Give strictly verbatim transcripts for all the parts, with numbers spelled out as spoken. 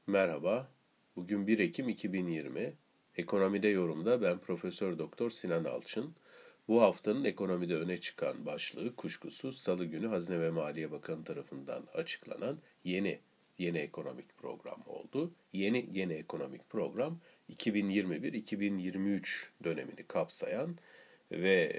Merhaba. Bugün bir Ekim iki bin yirmi. Ekonomide yorumda ben Profesör Doktor Sinan Alçın. Bu haftanın ekonomide öne çıkan başlığı kuşkusuz Salı günü Hazine ve Maliye Bakanı tarafından açıklanan yeni yeni ekonomik program oldu. Yeni yeni ekonomik program iki bin yirmi bir iki bin yirmi üç dönemini kapsayan ve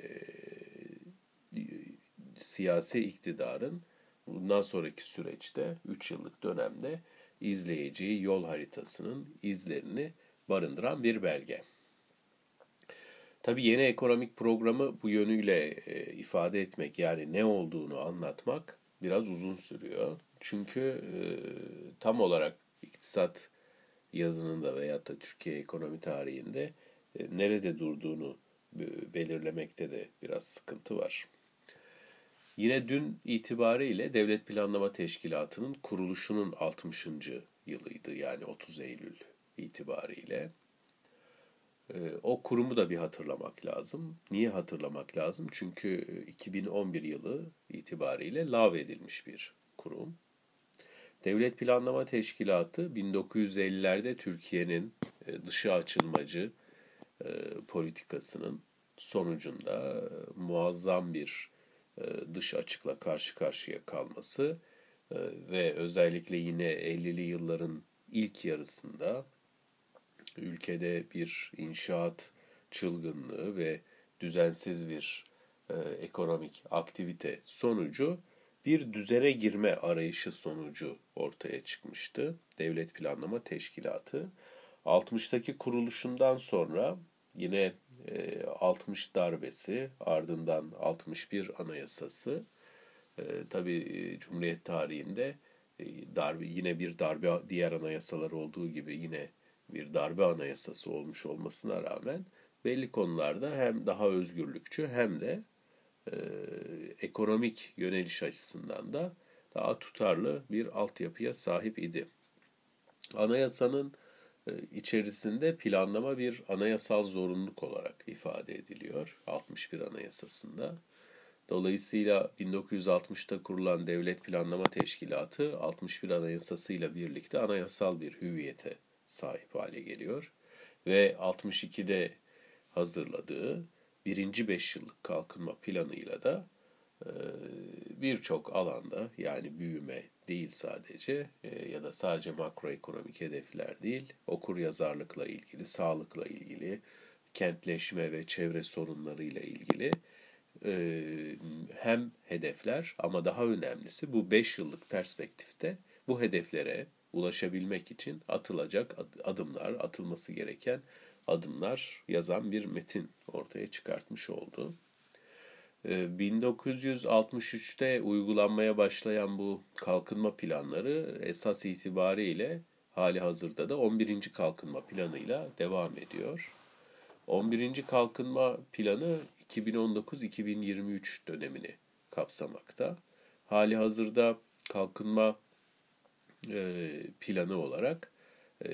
e, siyasi iktidarın bundan sonraki süreçte üç yıllık dönemde izleyeceği yol haritasının izlerini barındıran bir belge. Tabii yeni ekonomik programı bu yönüyle e, ifade etmek, yani ne olduğunu anlatmak biraz uzun sürüyor. Çünkü e, tam olarak iktisat yazınında veyahut da Türkiye ekonomi tarihinde e, nerede durduğunu e, belirlemekte de biraz sıkıntı var. Yine dün itibariyle Devlet Planlama Teşkilatı'nın kuruluşunun altmışıncı yılıydı, yani otuz Eylül itibariyle. Ee, o kurumu da bir hatırlamak lazım. Niye hatırlamak lazım? Çünkü iki bin on bir yılı itibariyle lağvedilmiş bir kurum. Devlet Planlama Teşkilatı bin dokuz yüz ellilerde Türkiye'nin dışı açılmacı politikasının sonucunda muazzam bir dış açıkla karşı karşıya kalması ve özellikle yine ellili yılların ilk yarısında ülkede bir inşaat çılgınlığı ve düzensiz bir e, ekonomik aktivite sonucu bir düzene girme arayışı sonucu ortaya çıkmıştı Devlet Planlama Teşkilatı. altmıştaki kuruluşundan sonra yine e, altmış darbesi, ardından altmış bir anayasası, e, tabii e, Cumhuriyet tarihinde e, darbe, yine bir darbe, diğer anayasalar olduğu gibi yine bir darbe anayasası olmuş olmasına rağmen belli konularda hem daha özgürlükçü hem de e, ekonomik yöneliş açısından da daha tutarlı bir altyapıya sahip idi. Anayasanın e, içerisinde planlama bir anayasal zorunluluk olarak ifade ediliyor altmış bir Anayasası'nda. Dolayısıyla bin dokuz yüz altmışta kurulan Devlet Planlama Teşkilatı altmış bir Anayasası ile birlikte anayasal bir hüviyete sahip hale geliyor. Ve altmış ikide hazırladığı birinci beş yıllık kalkınma planıyla da birçok alanda, yani büyüme değil sadece ya da sadece makroekonomik hedefler değil, okuryazarlıkla ilgili, sağlıkla ilgili, kentleşme ve çevre sorunlarıyla ilgili hem hedefler, ama daha önemlisi bu beş yıllık perspektifte bu hedeflere ulaşabilmek için atılacak adımlar, atılması gereken adımlar yazan bir metin ortaya çıkartmış oldu. bin dokuz yüz altmış üçte uygulanmaya başlayan bu kalkınma planları esas itibariyle hali hazırda da on birinci kalkınma planıyla devam ediyor. on birinci kalkınma planı iki bin on dokuz iki bin yirmi üç dönemini kapsamakta. Hali hazırda kalkınma e, planı olarak e,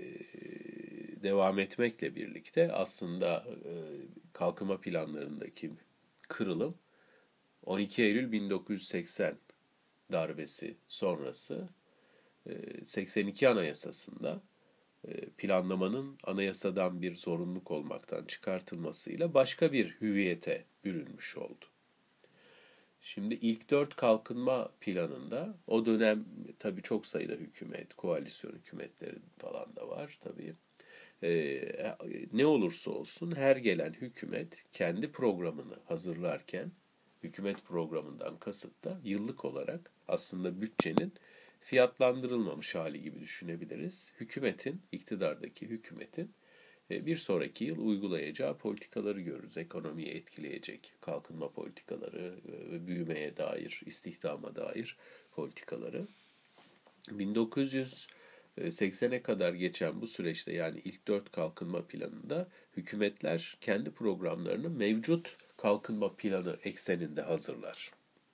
devam etmekle birlikte aslında e, kalkınma planlarındaki kırılım on iki Eylül bin dokuz yüz seksen darbesi sonrası e, seksen iki Anayasası'nda planlamanın anayasadan bir zorunluluk olmaktan çıkartılmasıyla başka bir hüviyete bürünmüş oldu. Şimdi ilk dört kalkınma planında o dönem tabii çok sayıda hükümet, koalisyon hükümetleri falan da var tabii. Ee, ne olursa olsun her gelen hükümet kendi programını hazırlarken, hükümet programından kasıt da yıllık olarak aslında bütçenin fiyatlandırılmamış hali gibi düşünebiliriz. Hükümetin, iktidardaki hükümetin bir sonraki yıl uygulayacağı politikaları görürüz. Ekonomiyi etkileyecek kalkınma politikaları ve büyümeye dair, istihdama dair politikaları. bin dokuz yüz seksene kadar geçen bu süreçte, yani ilk dört kalkınma planında hükümetler kendi programlarını mevcut kalkınma planı ekseninde hazırlar.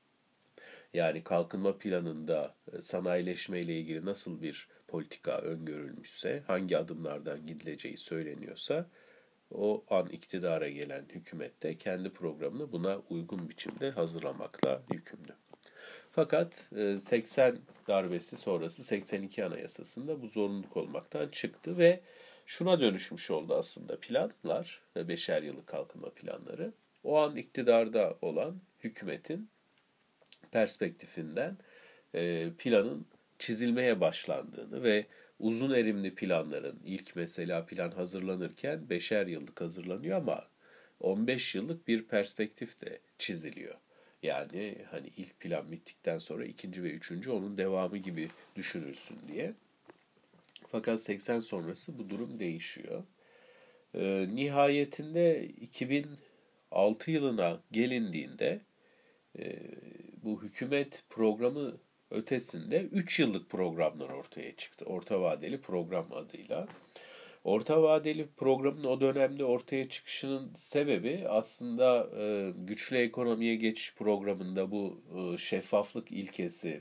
Yani kalkınma planında sanayileşme ile ilgili nasıl bir politika öngörülmüşse, hangi adımlardan gidileceği söyleniyorsa, o an iktidara gelen hükümet de kendi programını buna uygun biçimde hazırlamakla yükümlü. Fakat seksen darbesi sonrası seksen iki Anayasası'nda bu zorunluluk olmaktan çıktı ve şuna dönüşmüş oldu aslında planlar ve beşer yıllık kalkınma planları. O an iktidarda olan hükümetin perspektifinden planın çizilmeye başlandığını ve uzun erimli planların ilk mesela plan hazırlanırken beşer yıllık hazırlanıyor ama on beş yıllık bir perspektif de çiziliyor. Yani hani ilk plan bittikten sonra ikinci ve üçüncü onun devamı gibi düşünülsün diye. Fakat seksen sonrası bu durum değişiyor. Ee, nihayetinde iki bin altı yılına gelindiğinde e, bu hükümet programı ötesinde üç yıllık programlar ortaya çıktı. Orta vadeli program adıyla. Orta vadeli programın o dönemde ortaya çıkışının sebebi aslında e, güçlü ekonomiye geçiş programında bu e, şeffaflık ilkesi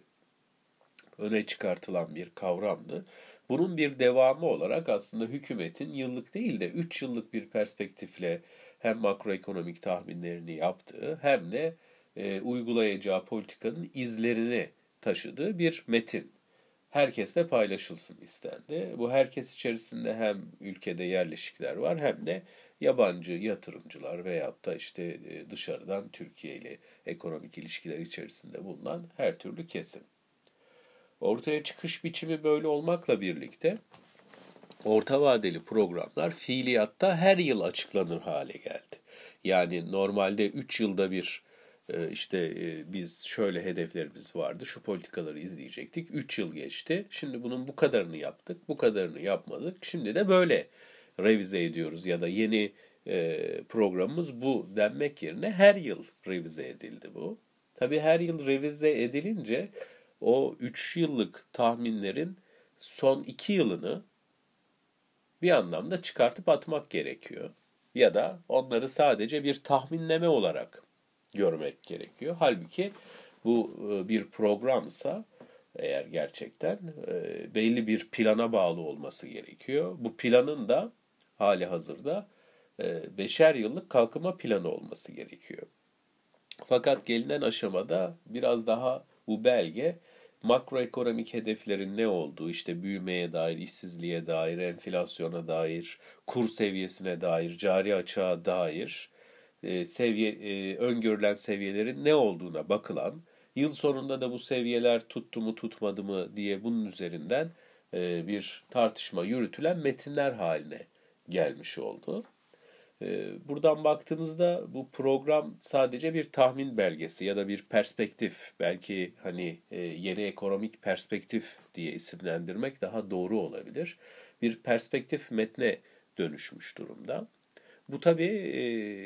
öne çıkartılan bir kavramdı. Bunun bir devamı olarak aslında hükümetin yıllık değil de üç yıllık bir perspektifle hem makroekonomik tahminlerini yaptığı hem de e, uygulayacağı politikanın izlerini taşıdığı bir metin. Herkesle paylaşılsın istendi. Bu herkes içerisinde hem ülkede yerleşikler var hem de yabancı yatırımcılar veyahut da işte dışarıdan Türkiye ile ekonomik ilişkiler içerisinde bulunan her türlü kesim. Ortaya çıkış biçimi böyle olmakla birlikte orta vadeli programlar fiiliyatta her yıl açıklanır hale geldi. Yani normalde üç yılda bir işte biz şöyle hedeflerimiz vardı, şu politikaları izleyecektik. üç yıl geçti. Şimdi bunun bu kadarını yaptık, bu kadarını yapmadık. Şimdi de böyle revize ediyoruz ya da yeni programımız bu denmek yerine her yıl revize edildi bu. Tabii her yıl revize edilince o üç yıllık tahminlerin son iki yılını bir anlamda çıkartıp atmak gerekiyor. Ya da onları sadece bir tahminleme olarak görmek gerekiyor. Halbuki bu bir programsa eğer gerçekten belli bir plana bağlı olması gerekiyor. Bu planın da hali hazırda beşer yıllık kalkınma planı olması gerekiyor. Fakat gelinen aşamada biraz daha bu belge makroekonomik hedeflerin ne olduğu, işte büyümeye dair, işsizliğe dair, enflasyona dair, kur seviyesine dair, cari açığa dair e, seviye e, öngörülen seviyelerin ne olduğuna bakılan, yıl sonunda da bu seviyeler tuttu mu tutmadı mı diye bunun üzerinden e, bir tartışma yürütülen metinler haline gelmiş oldu. Buradan baktığımızda bu program sadece bir tahmin belgesi ya da bir perspektif, belki hani yeni ekonomik perspektif diye isimlendirmek daha doğru olabilir. Bir perspektif metne dönüşmüş durumda. Bu tabii e,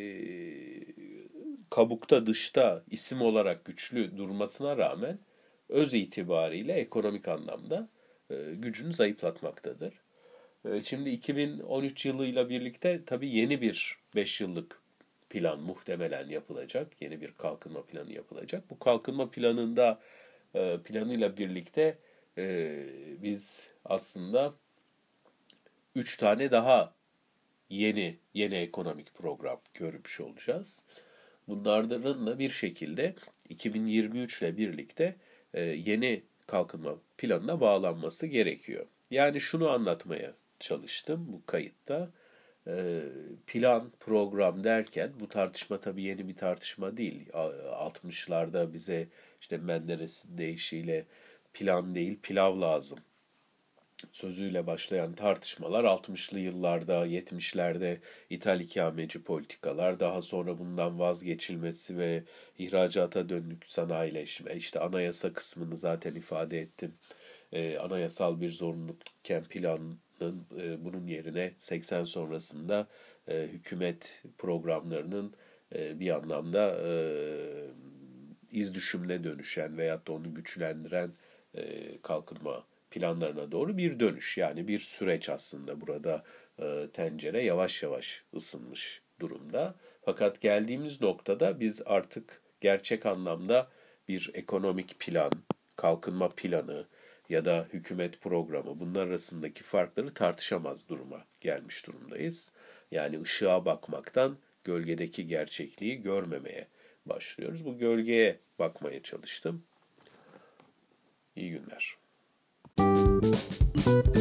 kabukta dışta isim olarak güçlü durmasına rağmen öz itibariyle ekonomik anlamda e, gücünü zayıflatmaktadır. Şimdi iki bin on üç yılıyla birlikte tabii yeni bir beş yıllık plan muhtemelen yapılacak. Yeni bir kalkınma planı yapılacak. Bu kalkınma planında planıyla birlikte biz aslında üç tane daha yeni yeni ekonomik program görmüş olacağız. Bunların da bir şekilde iki bin yirmi üç ile birlikte yeni kalkınma planına bağlanması gerekiyor. Yani şunu anlatmaya çalıştım bu kayıtta. Plan, program derken bu tartışma tabii yeni bir tartışma değil. altmışlarda bize işte Menderes'in deyişiyle plan değil pilav lazım sözüyle başlayan tartışmalar altmışlı yıllarda, yetmişlerde ithal ikameci politikalar, daha sonra bundan vazgeçilmesi ve ihracata dönük sanayileşme, işte anayasa kısmını zaten ifade ettim. Ee, anayasal bir zorunlulukken planın e, bunun yerine seksen sonrasında e, hükümet programlarının e, bir anlamda e, iz düşümüne dönüşen veyahut da onu güçlendiren e, kalkınma planlarına doğru bir dönüş. Yani bir süreç aslında burada e, tencere yavaş yavaş ısınmış durumda. Fakat geldiğimiz noktada biz artık gerçek anlamda bir ekonomik plan, kalkınma planı ya da hükümet programı bunlar arasındaki farkları tartışamaz duruma gelmiş durumdayız. Yani ışığa bakmaktan gölgedeki gerçekliği görmemeye başlıyoruz. Bu gölgeye bakmaya çalıştım. İyi günler.